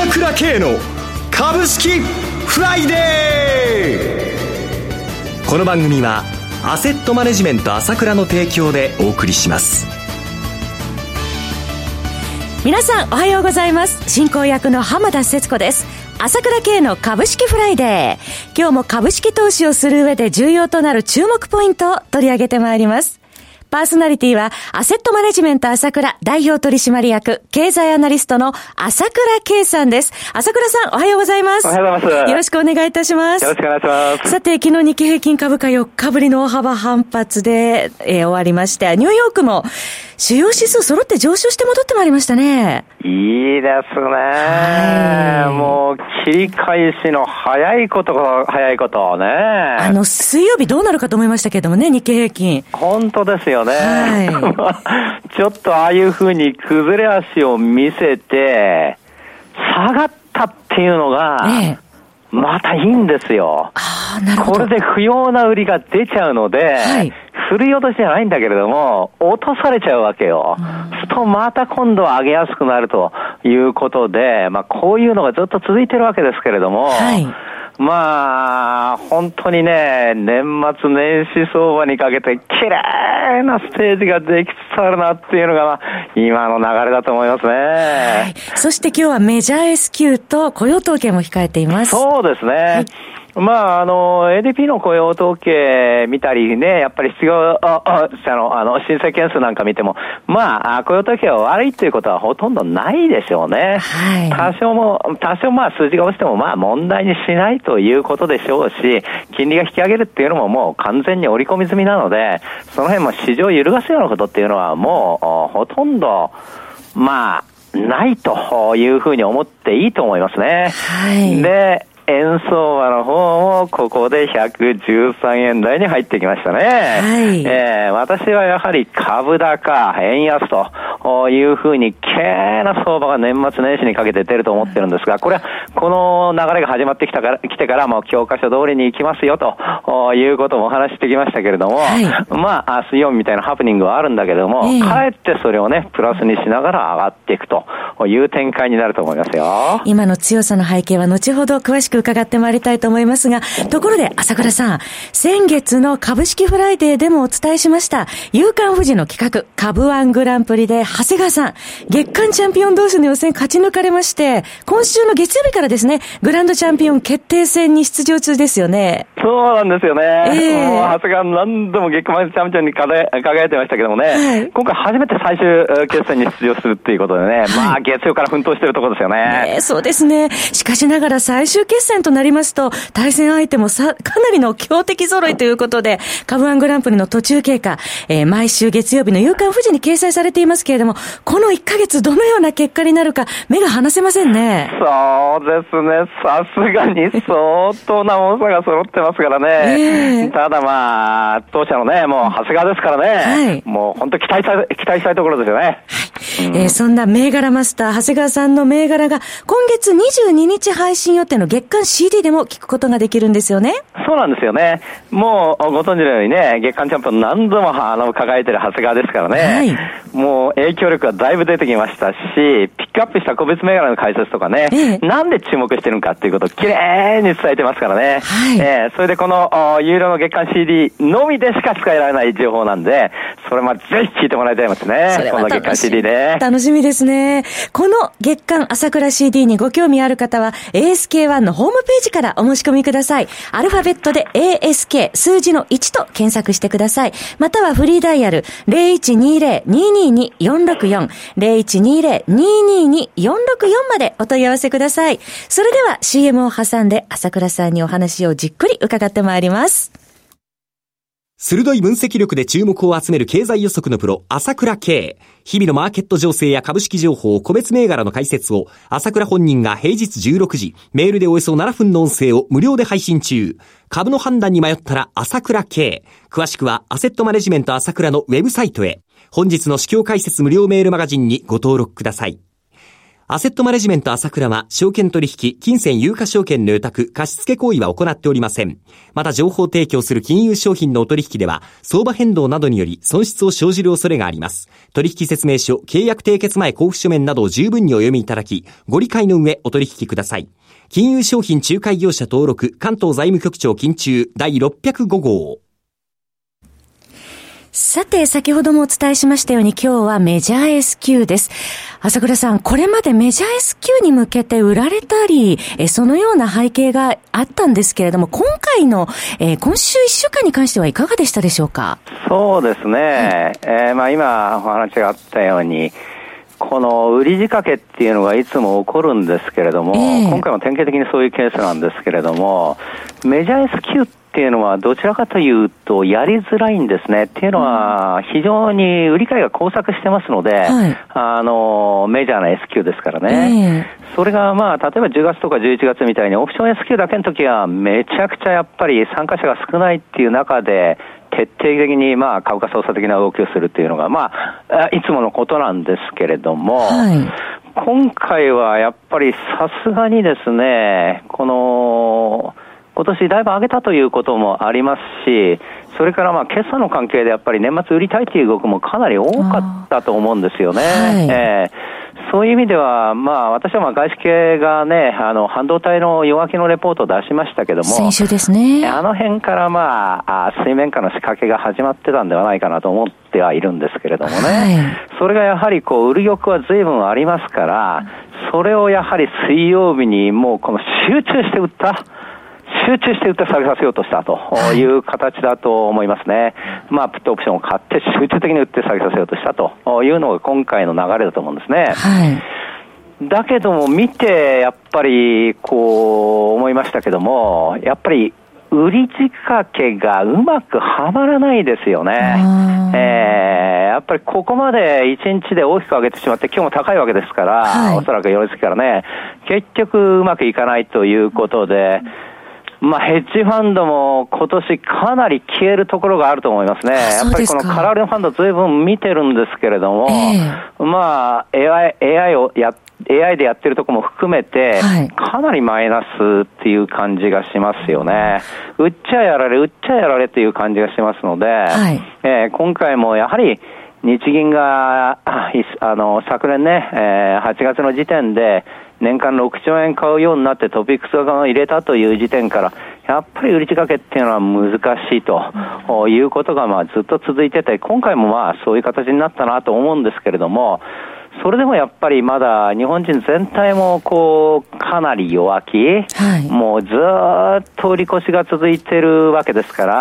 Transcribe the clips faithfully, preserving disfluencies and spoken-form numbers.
倉慶の株式フライデー。この番組はアセットマネジメント朝倉の提供でお送りします。 皆さんおはようございます。進行役の浜田節子です。朝倉慶の株式フライデー。今日も株式投資をする上で重要となる注目ポイントを取り上げてまいります。パーソナリティはアセットマネジメント朝倉代表取締役経済アナリストの朝倉慶さんです。朝倉さんおはようございます。 おはようございます。 よろしくお願いいたします。 よろしくお願いします。 さて昨日日経平均株価よっかぶりの大幅反発で、えー、終わりまして、ニューヨークも主要指数揃って上昇して戻ってまいりましたね。 いいですね、はい、もう切り返しの早いことが早いことね。 あの水曜日どうなるかと思いましたけれどもね、日経平均本当ですよね、 はい、 ちょっとああいう風に崩れ足を見せて下がったっていうのが、ええ、またいいんですよ。 あ、なるほど。 これで不要な売りが出ちゃうので、はい、振るい落としじゃないんだけれども落とされちゃうわけよ。するとまた今度は上げやすくなるということで、まあこういうのがずっと続いてるわけですけれども、はい、まあ本当にね、年末年始相場にかけて綺麗なステージができつつあるなっていうのが、まあ、今の流れだと思いますね、はい、 そして今日はメジャー S q と雇用統計も控えています。 そうですね、はい、まあ、あの、エーディーピー の雇用統計見たりね、やっぱり失業、あ、あ、あの、あの、申請件数なんか見ても、まあ、雇用統計は悪いということはほとんどないでしょうね。はい。多少も、多少まあ数字が落ちてもまあ問題にしないということでしょうし、金利が引き上げるっていうのももう完全に織り込み済みなので、その辺も市場を揺るがすようなことっていうのはもう、ほとんど、まあ、ないというふうに思っていいと思いますね。はい。で、円相場の方もここでひゃくじゅうさんえん台に入ってきましたね。はい、えー、私はやはり株高、円安というふうに綺麗な相場が年末年始にかけて出ると思ってるんですが、これはこの流れが始まってきたから来てからもう教科書通りに行きますよということもお話してきましたけれども、はい、まあ水曜日みたいなハプニングはあるんだけども、えー、かえってそれをねプラスにしながら上がっていくという展開になると思いますよ。 今の強さの背景は後ほど詳しく伺ってまいりたいと思いますが、ところで朝倉さん、先月の株式フライデーでもお伝えしました夕刊フジの企画株ワングランプリで長谷川さん月間チャンピオン同士の予選勝ち抜かれまして、今週の月曜日からですねグランドチャンピオン決定戦に出場中ですよね。 そうなんですよね、えー、もう長谷川何度も月間チャンピオンに輝いてましたけどもね、はい、今回初めて最終決戦に出場するっていうことでね、はい、まあ月曜から奮闘してるところですよね。 ね、そうですね。しかしながら最終決戦となりますと対戦相手もさかなりの強敵揃いということで、株ワングランプリの途中経過、えー、毎週月曜日の夕刊フジに掲載されていますけれども、このいっかげつどのような結果になるか目が離せませんね。 そうですね、さすがに相当な重さが揃ってますからね、えー、ただまあ当社のねもう長谷川ですからね、はい、もう本当期待したい期待したいところですよね。はい、 うん、えー、そんな銘柄マスター長谷川さんの銘柄が今月にじゅうににち配信予定の月間 シーディー でも聞くことができるんですよね。 そうなんですよね。もうご存知のようにね、月間チャンピオン何度もあの輝いてる長谷川ですからね、はい、もう影響力がだいぶ出てきましたし、ピックアップした個別銘柄の解説とかね、ええ、なんで注目してるのかっていうことをきれいに伝えてますからね、はい、えー、それでこの有料の月間 シーディー のみでしか使えられない情報なんで、それもぜひ聞いてもらいたいですね。この月間 シーディー で楽しみですね。この月間朝倉 シーディー にご興味ある方は エーエスケーワン のホームページからお申し込みください。アルファベットで エーエスケー 数字のいちと検索してください。またはフリーダイヤル ゼロいちにゼロ ににに よんろくよん ゼロいちにゼロ ににに よんろくよん までお問い合わせください。それでは シーエム を挟んで朝倉さんにお話をじっくり伺ってまいります。 鋭い分析力で注目を集める経済予測のプロ朝倉慶。日々のマーケット情勢や株式情報、個別銘柄の解説を朝倉本人が平日じゅうろくじメールでおよそななふんの音声を無料で配信中。株の判断に迷ったら朝倉慶。詳しくはアセットマネジメント朝倉のウェブサイトへ。本日の市況解説無料メールマガジンにご登録ください。 アセットマネジメント朝倉は、証券取引、金銭有価証券の予託、貸付行為は行っておりません。また、情報提供する金融商品のお取引では、相場変動などにより損失を生じる恐れがあります。取引説明書、契約締結前交付書面などを十分にお読みいただき、ご理解の上お取引ください。金融商品仲介業者登録、関東財務局長金中だいろっぴゃくご号。 さて、先ほどもお伝えしましたように今日はメジャー エスキュー です。朝倉さん、これまでメジャー エスキュー に向けて売られたり、えそのような背景があったんですけれども、今回の、えー、今週いっしゅうかんに関してはいかがでしたでしょうか？ そうですね。はい、えー、まあ今お話があったように、この売り仕掛けっていうのがいつも起こるんですけれども、えー、今回も典型的にそういうケースなんですけれども、メジャー エスキュー っていうのはどちらかというとやりづらいんですね。っていうのは非常に売り買いが交錯してますので、はい、あのメジャーな エスキュー ですからね、えー、それがまあ例えばじゅうがつとかじゅういちがつみたいにオプション エスキュー だけの時はめちゃくちゃやっぱり参加者が少ないっていう中で徹底的にまあ株価操作的な動きをするっていうのがまあいつものことなんですけれども、はい、今回はやっぱりさすがにですね、この今年だいぶ上げたということもありますし、それからまあ決算の関係でやっぱり年末売りたいという動きもかなり多かったと思うんですよね。はい、えー、そういう意味では、まあ私はまあ外資系がね、あの半導体の弱気のレポートを出しましたけども、 先週ですね。 あの辺からまあ水面下の仕掛けが始まってたんではないかなと思ってはいるんですけれどもね。はい、それがやはりこう売る欲は随分ありますから、それをやはり水曜日にもうこの集中して売った。集中して売って下げさせようとしたという形だと思いますね。まあ、プットオプションを買って集中的に売って下げさせようとしたというのが今回の流れだと思うんですね。はい、だけども見てやっぱりこう思いましたけども、やっぱり売り仕掛けがうまくはまらないですよね。えー、やっぱりここまでいちにちで大きく上げてしまって今日も高いわけですから、はい、おそらくよろしくからね、結局うまくいかないということで、まあ、ヘッジファンドも今年かなり消えるところがあると思いますね。やっぱりこの空売りのファンドずいぶん見てるんですけれども、えー、まあ エーアイ、エーアイ をや、エーアイ でやってるところも含めて、はい、かなりマイナスっていう感じがしますよね。売っちゃやられ、売っちゃやられっていう感じがしますので、はい、えー、今回もやはり日銀が、あの、昨年ね、えー、はちがつの時点で、年間ろくちょうえん買うようになってトピックスを入れたという時点から、やっぱり売り仕掛けっていうのは難しいということがまあずっと続いてて、今回もまあそういう形になったなと思うんですけれども、それでもやっぱりまだ日本人全体もこうかなり弱気、はい、もうずーっと売り越しが続いてるわけですから、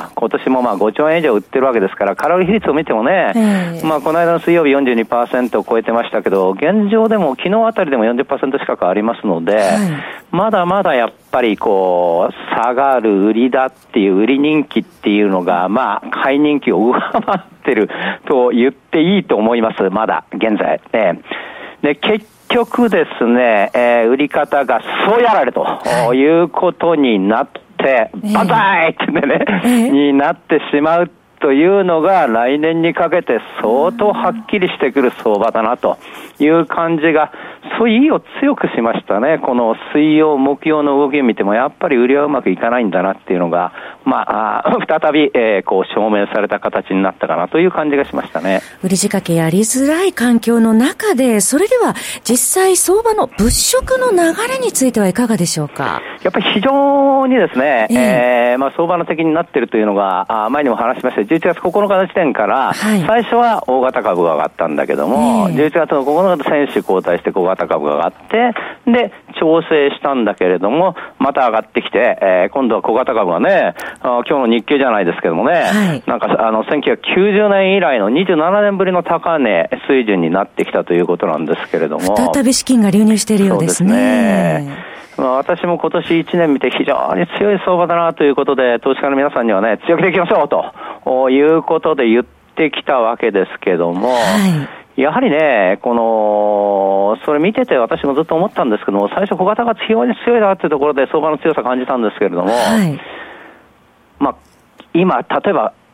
今年もまあごちょうえん以上売ってるわけですから、空売り比率を見てもね、まあこの間の水曜日 よんじゅうにパーセント を超えてましたけど、現状でも昨日あたりでも よんじゅっパーセント 近くありますので、はい、まだまだやっぱりこう下がる売りだっていう売り人気っていうのがまあ買い人気を上回ってると言っていいと思います。まだ現在、ね、で結局ですね、えー、売り方がそうやられということになって、えー、バンザイってね、えー、になってしまうというのが来年にかけて相当はっきりしてくる相場だなという感じが、そういう意を強くしましたね。この水曜木曜の動きを見てもやっぱり売りはうまくいかないんだなっていうのが、まあ、あ再び、えー、こう証明された形になったかなという感じがしましたね。 売り仕掛けやりづらい環境の中で、それでは実際相場の物色の流れについてはいかがでしょうか。 やっぱり非常にですね、えーえーまあ、相場の敵になっているというのがあ前にも話しました。じゅういちがつここのかの時点から、はい、最初は大型株が上がったんだけども、えー、じゅういちがつのここのかで選手交代して小型株が上がって、で調整したんだけれどもまた上がってきて、えー、今度は小型株がね、あ今日の日経じゃないですけどもね、はい、なんかあのせんきゅうひゃくきゅうじゅうねん以来のにじゅうななねんぶりの高値水準になってきたということなんですけれども、 再び資金が流入しているようですね。そうですね。 まあ、私も今年いちねん見て非常に強い相場だなということで、投資家の皆さんにはね、強気でいきましょうということで言ってきたわけですけども、はい、やはりね、この、それ見てて私もずっと思ったんですけども、最初小型が非常に強いなというところで相場の強さ感じたんですけれども、はい、まあ、今、例えば、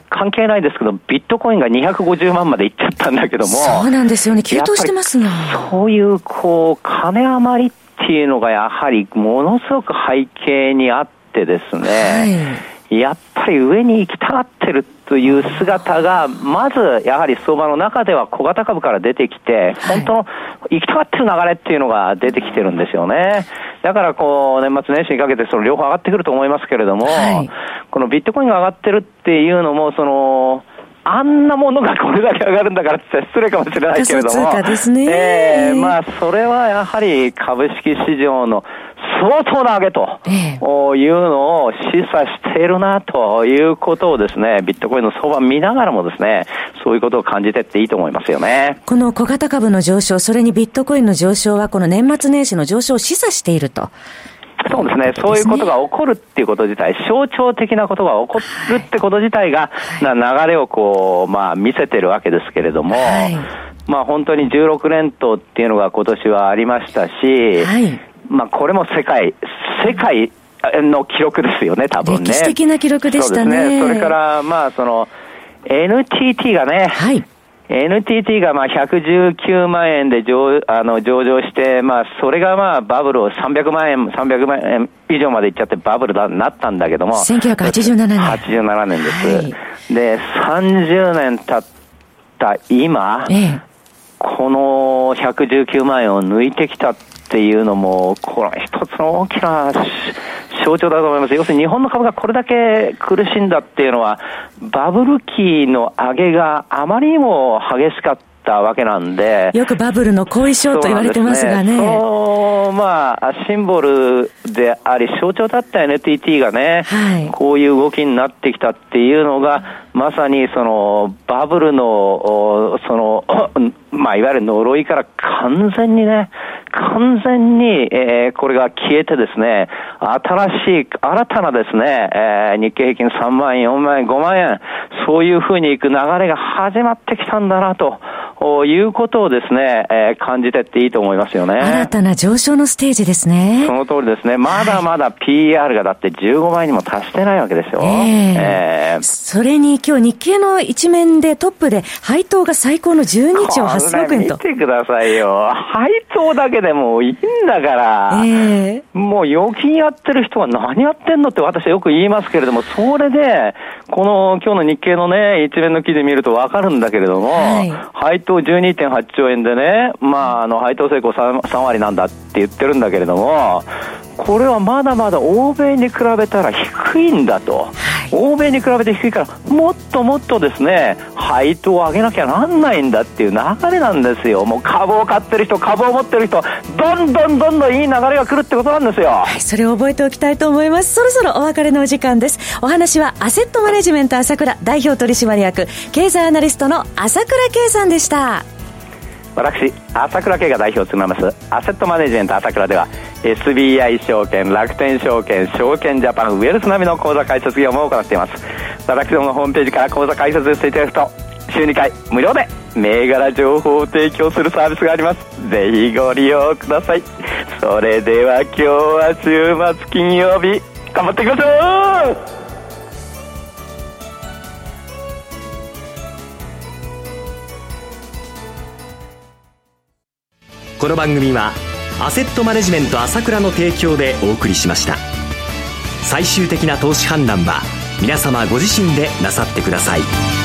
関係ないですけど、ビットコインがにひゃくごじゅうまんまでいっちゃったんだけども。 そうなんですよね。急騰してますが。 そういう、こう、金余りっていうのがやはりものすごく背景にあってですね。はい、やっぱり上に行きたがってるという姿が、まずやはり相場の中では小型株から出てきて、本当の行きたがってる流れっていうのが出てきてるんですよね。だからこう年末年始にかけてその両方上がってくると思いますけれども、はい、このビットコインが上がってるっていうのも、そのあんなものがこれだけ上がるんだからって言ったら失礼かもしれないけれども、 仮想通貨ですね。 えー、まあそれはやはり株式市場の相当な上げというのを示唆しているなということをですね、ビットコインの相場を見ながらもですね、そういうことを感じていっていいと思いますよね。 この小型株の上昇、それにビットコインの上昇はこの年末年始の上昇を示唆していると。 そうですね。そういうことが起こるっていうこと自体、象徴的なことが起こるってこと自体が、はい、な流れをこう、まあ見せてるわけですけれども、はい、まあ本当にじゅうろくれんとうっていうのが今年はありましたし、はい、まあこれも世界、世界の記録ですよね、多分ね。 歴史的な記録でしたね。 そうですね。それからまあその エヌティーティー がね、はい、エヌティーティー がまあひゃくじゅうきゅうまんえんで上あの上場して、まあそれがまあバブルをさんびゃくまんえん、さんびゃくまんえん以上までいっちゃってバブルになったんだけども。 せんきゅうひゃくはちじゅうななねん。 はちじゅうななねんです。はい、で、さんじゅうねん経った今、ええ、このひゃくじゅうきゅうまんえんを抜いてきたっていうのも、これは一つの大きな象徴だと思います。要するに日本の株がこれだけ苦しんだっていうのは、バブル期の上げがあまりにも激しかったわけなんで。 よくバブルの後遺症と言われてますがね。 そう、まあ、シンボルであり、象徴だった エヌティーティー がね、はい、こういう動きになってきたっていうのが、まさにその、バブルの、その、まあ、いわゆる呪いから完全にね、完全に、えー、これが消えてですね、新しい、新たなですね、えー、日経平均さんまんえん、よんまんえん、ごまんえん、そういう風にいく流れが始まってきたんだなと。いうことをですね、えー、感じてっていいと思いますよね。 新たな上昇のステージですね。 その通りですね。まだまだ ピーイーアール がだってじゅうごばいにも達してないわけですよ。えーえー、それに今日日経の一面でトップで配当が最高のじゅうにちょうはっせんおくえんと。 見てくださいよ。配当だけでもいいんだから、えー、もう預金やってる人は何やってんのって私はよく言いますけれども、それでこの今日の日経のね一面の記事見るとわかるんだけれども、はい、配当 じゅうにてんはちちょうえんでね、まああの配当成功 3, さんわりなんだって言ってるんだけれども、これはまだまだ欧米に比べたら低いんだと、はい、欧米に比べて低いからもっともっとですね配当を上げなきゃなんないんだっていう流れなんですよ。もう株を買ってる人、株を持ってる人、どんどんどんどんいい流れが来るってことなんですよ。 はい、それを覚えておきたいと思います。そろそろお別れのお時間です。お話はアセットマネジメント朝倉代表取締役経済アナリストの朝倉圭さんでした。 私、朝倉圭が代表を務めますアセットマネジメント朝倉では エスビーアイ 証券、楽天証券、証券ジャパン、ウェルス並みの口座開設業務を行っています。私どものホームページから口座開設していただくと週にかい無料で銘柄情報を提供するサービスがあります。ぜひご利用ください。それでは今日は週末金曜日、頑張っていきましょう。 この番組はアセットマネジメント朝倉の提供でお送りしました。最終的な投資判断は皆様ご自身でなさってください。